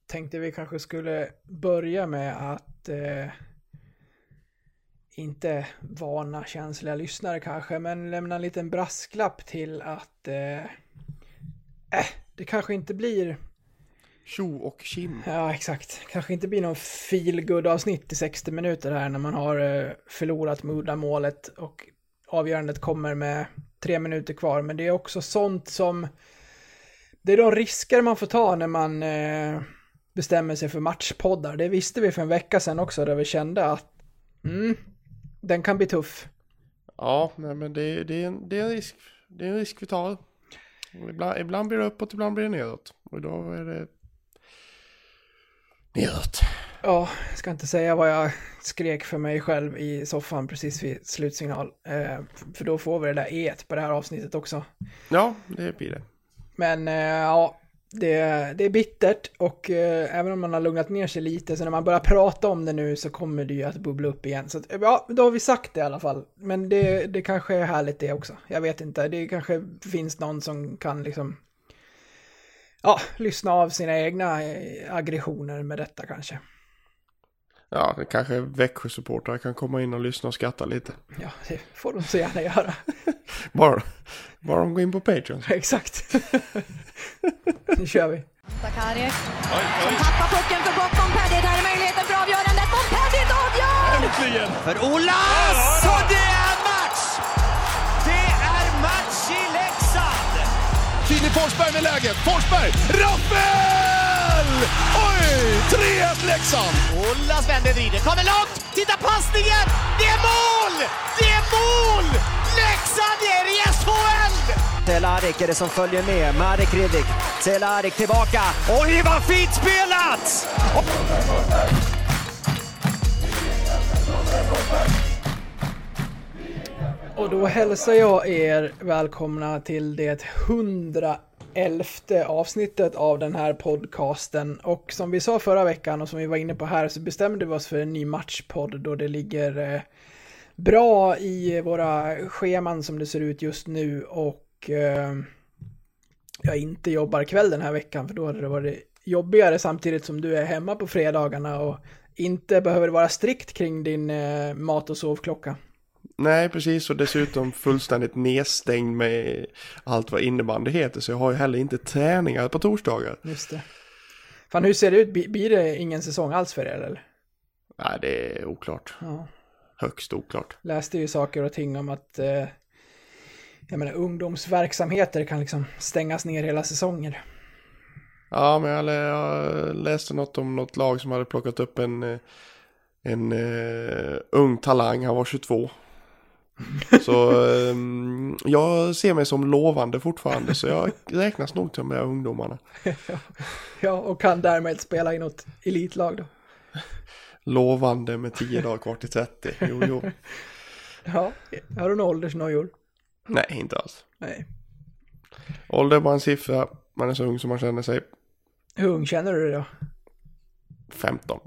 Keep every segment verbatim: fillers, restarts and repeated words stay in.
tänkte vi kanske skulle börja med att eh, inte vana känsliga lyssnare kanske, men lämna en liten brasklapp till att eh, äh, det kanske inte blir tjo och kim. Ja, exakt. Kanske inte blir någon feel-good avsnitt i sextio minuter här när man har eh, förlorat med uddamålet och avgörandet kommer med tre minuter kvar, men det är också sånt som det är de risker man får ta när man eh, bestämmer sig för matchpoddar. Det visste vi för en vecka sedan också, där vi kände att mm, den kan bli tuff. Ja, nej, men det, det, är en, det, är en risk, det är en risk vi tar. Ibland, ibland blir det uppåt, ibland blir det nedåt. Och då är det nedåt. Ja, jag ska inte säga vad jag skrek för mig själv i soffan precis vid slutsignal. Eh, för då får vi det där E på det här avsnittet också. Ja, det blir det. Men eh, ja, det, det är bittert och eh, även om man har lugnat ner sig lite, så när man börjar prata om det nu så kommer det ju att bubbla upp igen. Så att, ja, då har vi sagt det i alla fall. Men det, det kanske är härligt det också. Jag vet inte, det kanske finns någon som kan liksom ja, lyssna av sina egna aggressioner med detta kanske. Ja, det kanske Växjö-supportrar kan komma in och lyssna och skratta lite. Ja, det får de så gärna göra. bara, bara de går in på Patreon. Exakt. Nu kör vi. Sakariek som tappar pucken för Montpellier. Här är möjligheten för avgörandet. Montpellier avgör! Äntligen! För Olas! Och det är match! Det är match i Leksand! Filip Forsberg med läget. Forsberg! Rappel! Oj! tre ett Leksand! Olas vänder, vrider, kommer långt! Titta passningen! Det är mål! Det är mål! Leksand är i S H L! Cehlárik är det som följer med. Marek Hrivik. Cehlárik tillbaka. Oj, vad fint spelat! Och då hälsar jag er välkomna till det hundraelfte avsnittet av den här podcasten. Och som vi sa förra veckan och som vi var inne på här, så bestämde vi oss för en ny matchpodd då det ligger eh, bra i våra scheman som det ser ut just nu. Och eh, jag inte jobbar kväll den här veckan, för då hade det varit jobbigare, samtidigt som du är hemma på fredagarna och inte behöver vara strikt kring din eh, mat- och sovklocka. Nej, precis. Och dessutom fullständigt nedstängd med allt vad innebandy heter. Så jag har ju heller inte träningar på torsdagar. Just det. Fan, hur ser det ut? Blir det ingen säsong alls för er, eller? Nej, det är oklart. Ja. Högst oklart. Läste ju saker och ting om att eh, jag menar, ungdomsverksamheter kan liksom stängas ner hela säsonger. Ja, men jag, jag läste något om något lag som hade plockat upp en, en uh, ung talang. Han var tjugotvå. Så um, jag ser mig som lovande fortfarande, så jag räknas nog till de här ungdomarna. Ja, och kan därmed spela i något elitlag då. Lovande med tio dagar kvar till trettio. Jo, jo. Ja, har du någon åldersnojor? Nej, inte alls. Nej. Ålder är bara en siffra. Man är så ung som man känner sig. Hur ung känner du dig då? femton.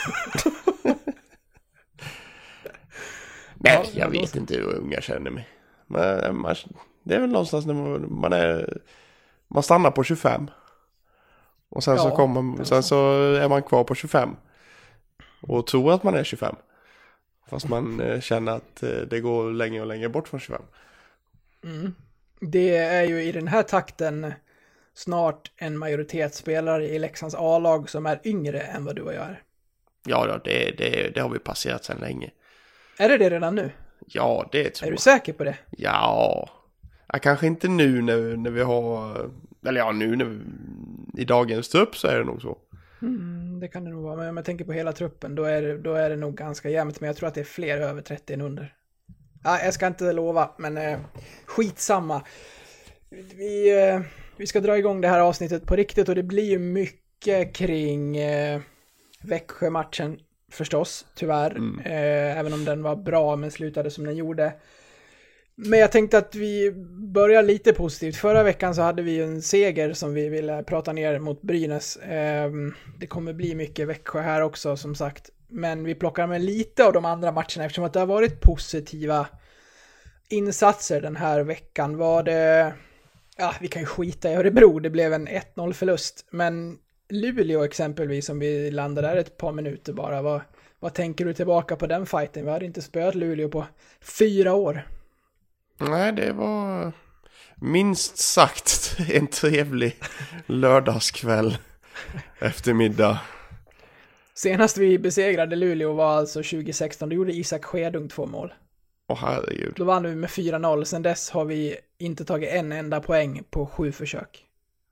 Nej, jag vet inte hur ung jag känner mig. Men man, det är väl någonstans när man, man är man stannar på tjugofem. Och sen, ja, så kommer, sen så är man kvar på tjugofem. Och tror att man är tjugofem. Fast man eh, känner att eh, det går längre och längre bort från tjugofem. Mm. Det är ju i den här takten snart en majoritetsspelare i Leksands A-lag som är yngre än vad du och jag är. Ja, ja det, det, det har vi passerat sedan länge. Är det det redan nu? Ja, det tror jag. Är du säker på det? Ja, ja kanske inte nu när, när vi har... Eller ja, nu när vi, i dagens trupp så är det nog så. Mm, det kan det nog vara. Men om jag tänker på hela truppen, då är det, då är det nog ganska jämnt. Men jag tror att det är fler över trettio än under. Ja, jag ska inte lova, men eh, skitsamma. Vi, eh, vi ska dra igång det här avsnittet på riktigt, och det blir ju mycket kring eh, Växjö-matchen förstås, tyvärr. Mm. Eh, även om den var bra men slutade som den gjorde. Men jag tänkte att vi börjar lite positivt. Förra veckan så hade vi en seger som vi ville prata ner mot Brynäs. Eh, det kommer bli mycket Växjö här också, som sagt. Men vi plockar med lite av de andra matcherna eftersom att det har varit positiva insatser den här veckan. Var det... Ja, vi kan ju skita i Örebro. Det blev en ett noll förlust. Men Luleå exempelvis, om vi landar där ett par minuter bara, vad, vad tänker du tillbaka på den fighten? Vi hade inte spöat Luleå på fyra år. Nej, det var minst sagt en trevlig lördagskväll eftermiddag. Senast vi besegrade Luleå var alltså tjugo sexton, då gjorde Isak Skedung två mål. Åh herregud. Då vann vi med fyra noll, sen dess har vi inte tagit en enda poäng på sju försök.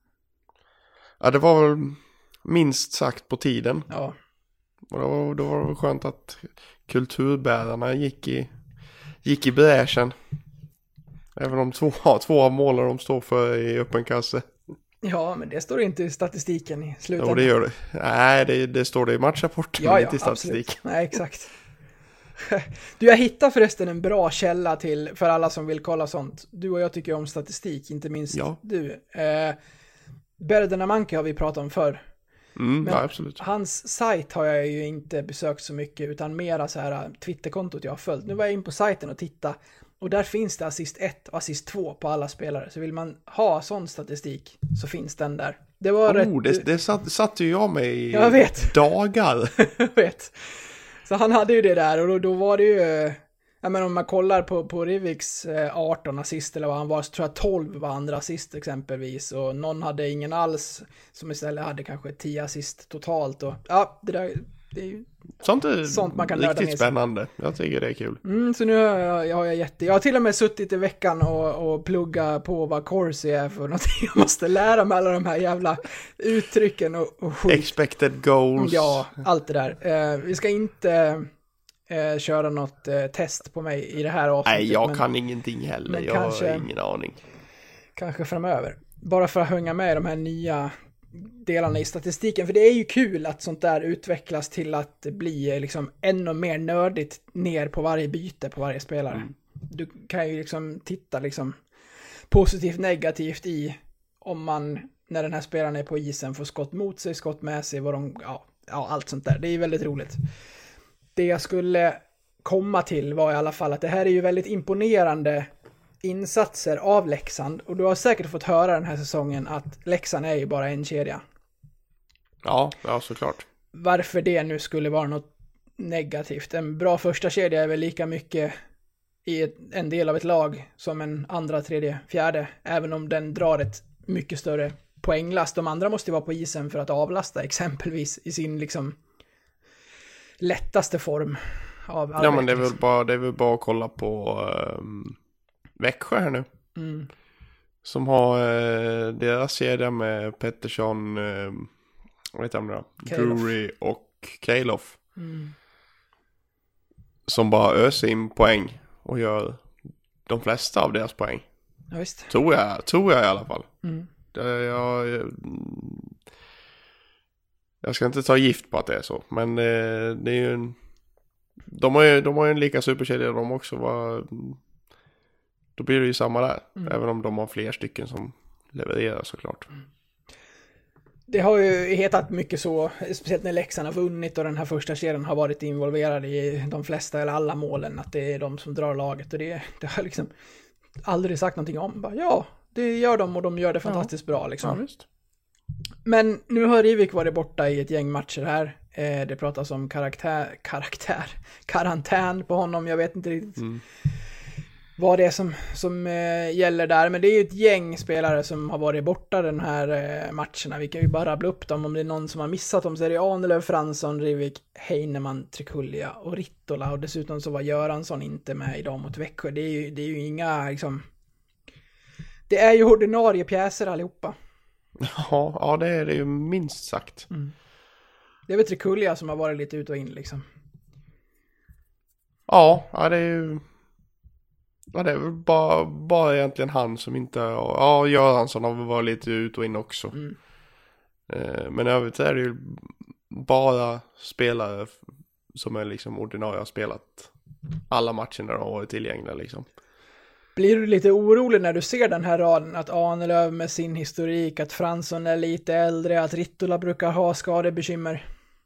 Ja, det var väl minst sagt på tiden. Ja. Och då, då var det skönt att kulturbärarna gick i, gick i bräschen. Även om två, två av målen de står för i öppen kasse. Ja, men det står inte i statistiken i slutändan. Jo, det gör det. Nej, det, det står det i matchrapporten, ja, men ja, inte i statistik. Absolut. Nej, exakt. Du, jag hittar förresten en bra källa till, för alla som vill kolla sånt. Du och jag tycker om statistik, inte minst ja. du. Eh, Berdenamanke har vi pratat om förr. Mm, men ja, absolut. Hans sajt har jag ju inte besökt så mycket, utan mera så här Twitterkontot jag har följt. Nu var jag in på sajten och titta, och där finns det assist ett och assist två på alla spelare. Så vill man ha sån statistik så finns den där. Det var oh, rätt... det, det satt, satt ju jag med i jag vet. dagar. jag vet. Så han hade ju det där, och då, då var det ju... Jag menar, om man kollar på, på Riviks eh, arton assist eller vad han var, så tror jag tolv var andra assist exempelvis, och någon hade ingen alls, som istället hade kanske tio assist totalt, och ja, det där, det är ju sånt, är sånt man kan riktigt spännande. Jag tycker det är kul. Mm, så nu har jag, jag, har jag, jätte, jag har till och med suttit i veckan och, och plugga på vad corsi är för någonting. Jag måste lära mig alla de här jävla uttrycken och, och skit. Expected goals. Ja, allt det där. Eh, vi ska inte... Eh, köra något eh, test på mig i det här avsnittet. Nej, jag men, kan ingenting heller. Jag kanske, har ingen aning. Kanske framöver. Bara för att hänga med i de här nya delarna i statistiken. För det är ju kul att sånt där utvecklas till att bli liksom ännu mer nördigt ner på varje byte på varje spelare. Mm. Du kan ju liksom titta liksom positivt, negativt i om man, när den här spelaren är på isen, får skott mot sig, skott med sig, vad de, ja, ja, allt sånt där. Det är ju väldigt roligt. Det jag skulle komma till var i alla fall att det här är ju väldigt imponerande insatser av Leksand. Och du har säkert fått höra den här säsongen att Leksand är ju bara en kedja. Ja, ja såklart. Varför det nu skulle vara något negativt. En bra första kedja är väl lika mycket i ett, en del av ett lag som en andra, tredje, fjärde. Även om den drar ett mycket större poänglast. De andra måste ju vara på isen för att avlasta exempelvis i sin liksom lättaste form av arbete. Ja, men det är väl bara, det är väl bara att kolla på um, Växjö här nu. Mm. Som har uh, deras kedja med Pettersson, uh, vad heter han då? Drury och Kejlof. Mm. Som bara öser in poäng och gör de flesta av deras poäng. Ja, visst. Tror jag, tror jag i alla fall. Mm. Det, jag, jag, jag ska inte ta gift på att det är så. Men det, det är ju en... De har ju, de har ju en lika superkedja de också. Var, då blir det ju samma där. Mm. Även om de har fler stycken som levererar såklart. Mm. Det har ju hetat mycket så, speciellt när Leksand har vunnit och den här första serien har varit involverad i de flesta eller alla målen, att det är de som drar laget, och det, det har liksom aldrig sagt någonting om. Bara, ja, det gör de och de gör det fantastiskt ja. bra liksom. Ja, just. Men nu har Rivik varit borta i ett gäng matcher här. Eh, det pratas om karaktär, karaktär, karantän på honom, jag vet inte riktigt. Mm. Vad det är som, som eh, gäller där. Men det är ju ett gäng spelare som har varit borta den här eh, matcherna. Vi kan ju bara rabbla upp dem. Om det är någon som har missat dem så är det Ahnelöv, Fransson, Rivik, Heinemann, Trikulja och Rittola. Och dessutom så var Göransson inte med idag mot Växjö. Det är ju, det är ju inga liksom... Det är ju ordinarie pjäser allihopa. Ja, ja det är det ju minst sagt. Mm. Det är väl Trikulja som har varit lite ut och in liksom. Ja, ja det är ju... Ja, det är väl bara, bara egentligen han som inte... Ja, Göransson har väl varit lite ut och in också. Mm. Eh, men övrigt är det ju bara spelare som är liksom ordinarie har spelat alla matcher när de har varit tillgängliga liksom. Blir du lite orolig när du ser den här raden? Att Ahnelöv med sin historik, att Fransson är lite äldre, att Rittola brukar ha skadebekymmer?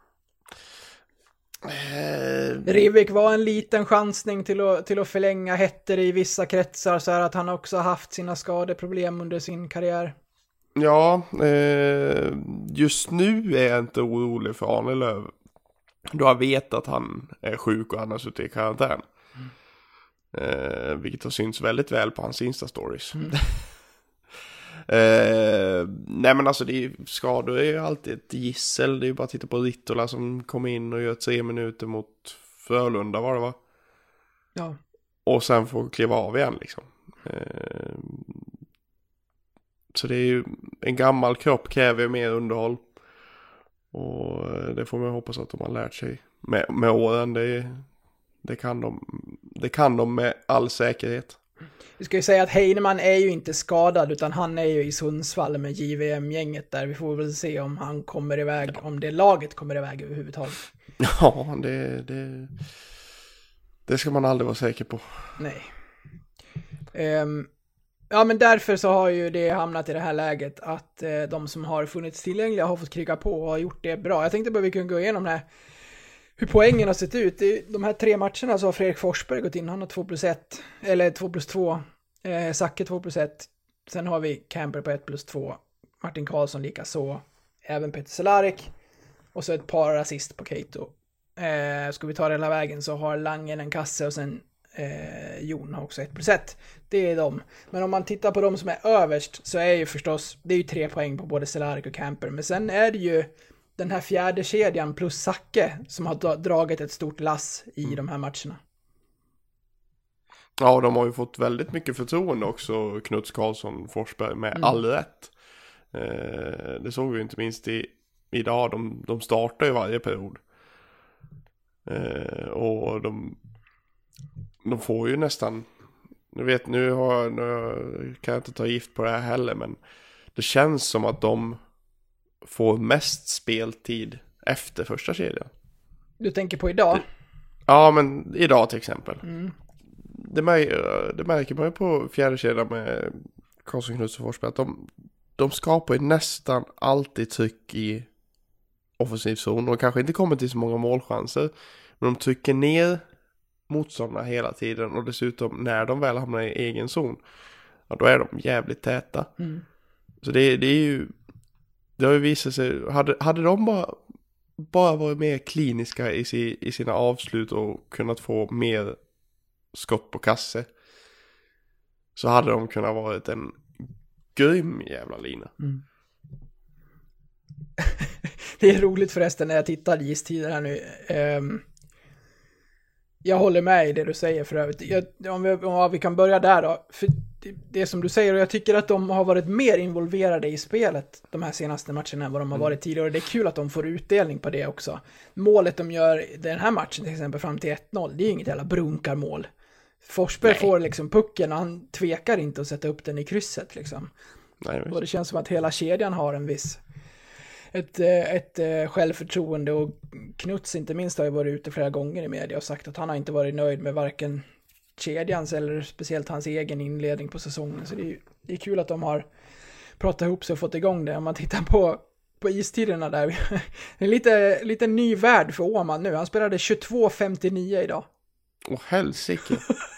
Eh, Rivik var en liten chansning till att, till att förlänga, heter i vissa kretsar, så här att han också har haft sina skadeproblem under sin karriär. Ja, eh, just nu är jag inte orolig för Arne Löv. Då har vet att han är sjuk och han har suttit i karantän. Mm. Eh, vilket har synts väldigt väl på hans Insta-stories. Mm. eh, nej men alltså, det är, skador är ju alltid ett gissel. Det är ju bara att titta på Rittola som kom in och gör tre minuter mot Frölunda, var det va? Ja. Och sen får kliva av igen liksom. Eh, så det är ju, en gammal kropp kräver mer underhåll. Och det får man hoppas att de har lärt sig med, med åren. Det, det, kan de, det kan de med all säkerhet. Vi ska ju säga att Heinemann är ju inte skadad, utan han är ju i Sundsvall med J V M-gänget där. Vi får väl se om han kommer iväg, ja. Om det laget kommer iväg överhuvudtaget. Ja, det, det, det ska man aldrig vara säker på. Nej. Um, ja, men därför så har ju det hamnat i det här läget att eh, de som har funnits tillgängliga har fått kriga på och har gjort det bra. Jag tänkte bara vi kunde gå igenom det här, hur poängen har sett ut. I de här tre matcherna så har Fredrik Forsberg gått in, han har två plus ett, eller två plus två, eh, Zacke två plus ett, sen har vi Camper på ett plus två, Martin Karlsson lika så, även Peter Cehlarik, och så ett par assist på Keito. Eh, ska vi ta det hela vägen så har Langen en kasse och sen eh, Jon har också ett plus ett. Det är de. Men om man tittar på de som är överst så är ju förstås, det är ju tre poäng på både Cehlarik och Camper, men sen är det ju den här fjärde kedjan plus Zacke som har dragit ett stort lass i mm. de här matcherna. Ja, de har ju fått väldigt mycket förtroende också, Knuts, Karlsson, Forsberg, med mm. all rätt. Eh, det såg vi inte minst i, idag, de, de startar ju varje period. Eh, och de, de får ju nästan, jag vet nu, har, nu kan jag inte ta gift på det här heller, men det känns som att de får mest speltid efter första kedjan. Du tänker på idag? Ja, men idag till exempel. Mm. Det, mär, det märker man ju på fjärde kedjan med Karlsson, Knuts och Forsberg att de, de skapar ju nästan alltid tryck i offensiv zon och kanske inte kommer till så många målchanser, men de trycker ner motståndarna hela tiden och dessutom när de väl hamnar i egen zon, ja, då är de jävligt täta. Mm. Så det, det är ju, det har ju visat sig, hade, hade de bara, bara varit mer kliniska i, si, i sina avslut och kunnat få mer skott på kasse, så hade de kunnat varit en grym jävla lina. Mm. Det är roligt förresten när jag tittar i istider här nu. Um, jag håller med i det du säger för övrigt. Jag, om, vi, om vi kan börja där då. För det, det är som du säger, och jag tycker att de har varit mer involverade i spelet de här senaste matcherna än vad de har varit tidigare. Och det är kul att de får utdelning på det också. Målet de gör den här matchen till exempel fram till ett noll, det är ju inget jävla brunkarmål. Forsberg Nej. får liksom pucken och han tvekar inte att sätta upp den i krysset liksom. Nej, och det känns som att hela kedjan har en viss ett, ett, ett självförtroende, och Knuts inte minst har ju varit ute flera gånger i media och sagt att han har inte varit nöjd med varken kedjans eller speciellt hans egen inledning på säsongen. Så det är, det är kul att de har pratat ihop sig och fått igång det. Om man tittar på, på istiderna där, det är lite, lite ny värld för Åman nu. Han spelade tjugotvå femtionio idag. Åh, helsike.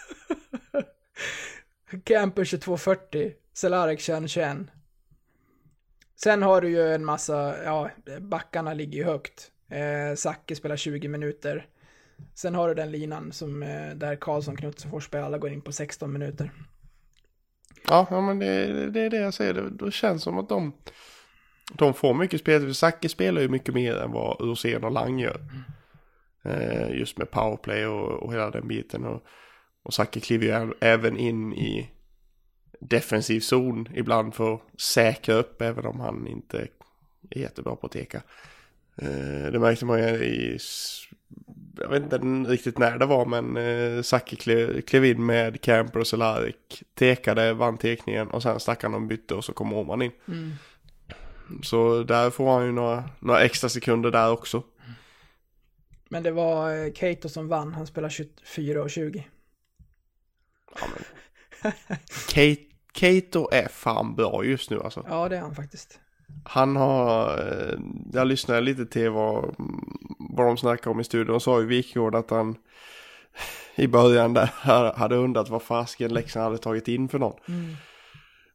Camper tjugotvå fyrtio, Cehlarik tjugoett tjugoett. Sen har du ju en massa, ja, backarna ligger ju högt. Eh, Zacke spelar tjugo minuter. Sen har du den linan som eh, där Karlsson, Knuts och Forsberg alla går in på sexton minuter. Ja, ja men det, det är det jag säger. Det, det känns som att de, de får mycket spel. Zacke spelar ju mycket mer än vad Rosén och Lang gör. Mm. Eh, just med powerplay och, och hela den biten. Och, och Zacke kliver ju även in i defensiv zon ibland för att säkra upp, även om han inte är jättebra på att teka. Eh, det märkte man ju i, jag vet inte riktigt när det var, men eh, Zacke klev, klev in med Camper och Cehlarik, tekade, vann tekningen och sen stack han och bytte och så kom Åman in. Mm. Så där får han ju några, några extra sekunder där också. Men det var Keito som vann, han spelar tjugofyra och tjugo. Ja, men Kate, Keito är fan bra just nu alltså. Ja, det är han faktiskt. Han har, jag lyssnade lite till vad, vad de snackade om i studion, och sa ju Wikegård att han i början där hade undrat vad fasken Leksand hade tagit in för någon. Mm.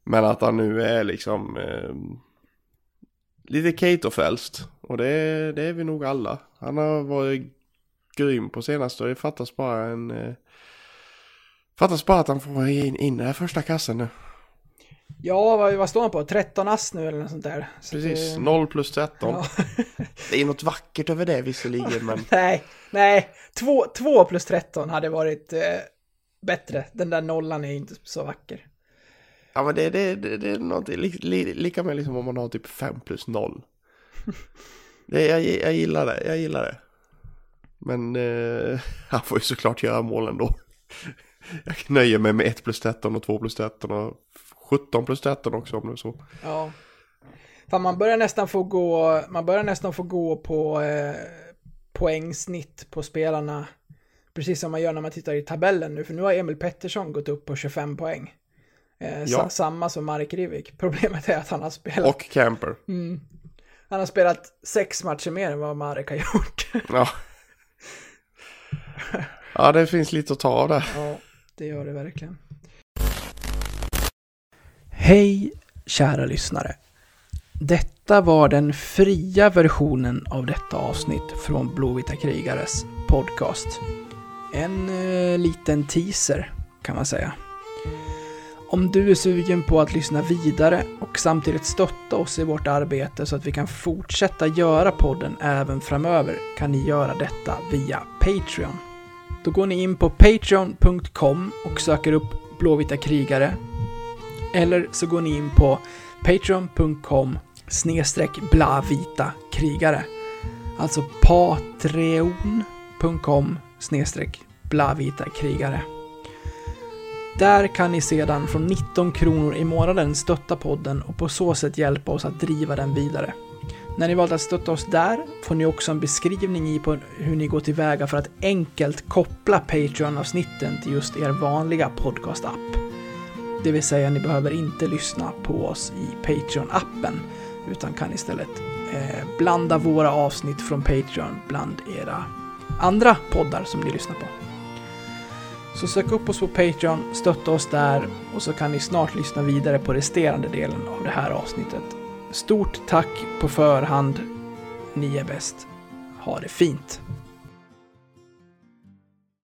Men att han nu är liksom eh, lite Cato-frälst. Och det, det är vi nog alla. Han har varit grym på senaste och det fattas bara en... Eh, fattas bara att han får in, in den här första kassen nu. Ja, vad, vad står han på? tretton ass nu eller något sånt där. Så precis, det... noll plus tretton. Ja. Det är något vackert över det visserligen, men... nej, nej. två plus tretton hade varit eh, bättre. Den där nollan är inte så vacker. Ja, men det, det, det, det är något li, li, lika med liksom om man har typ fem plus noll. Det, jag, jag gillar det, jag gillar det. Men eh, han får ju såklart göra mål ändå. Jag nöjer mig med ett plus tretton och två plus tretton och sjutton plus tretton också om det är så. Ja. Fan, man börjar nästan få gå man börjar nästan få gå på eh, poängsnitt på spelarna. Precis som man gör när man tittar i tabellen nu. För nu har Emil Pettersson gått upp på tjugofem poäng. Eh, ja. sa, samma som Marek Rivik. Problemet är att han har spelat... Och Camper. Mm, han har spelat sex matcher mer än vad Marek har gjort. Ja. Ja, det finns lite att ta av det. Ja, det gör det verkligen. Hej, kära lyssnare. Detta var den fria versionen av detta avsnitt från Blåvita krigares podcast. En eh, liten teaser kan man säga. Om du är sugen på att lyssna vidare och samtidigt stötta oss i vårt arbete så att vi kan fortsätta göra podden även framöver kan ni göra detta via Patreon. Då går ni in på patreon punkt com och söker upp Blåvita krigare. Eller så går ni in på patreon punkt com snedstreck blavita krigare. Alltså patreon punkt com snedstreck blavita krigare. Där kan ni sedan från nitton kronor i månaden stötta podden och på så sätt hjälpa oss att driva den vidare. När ni valt att stötta oss där får ni också en beskrivning i på hur ni går tillväga för att enkelt koppla Patreon-avsnitten till just er vanliga podcast-app. Det vill säga ni behöver inte lyssna på oss i Patreon-appen utan kan istället eh, blanda våra avsnitt från Patreon bland era andra poddar som ni lyssnar på. Så sök upp oss på Patreon, stötta oss där och så kan ni snart lyssna vidare på resterande delen av det här avsnittet. Stort tack på förhand. Ni är bäst. Ha det fint.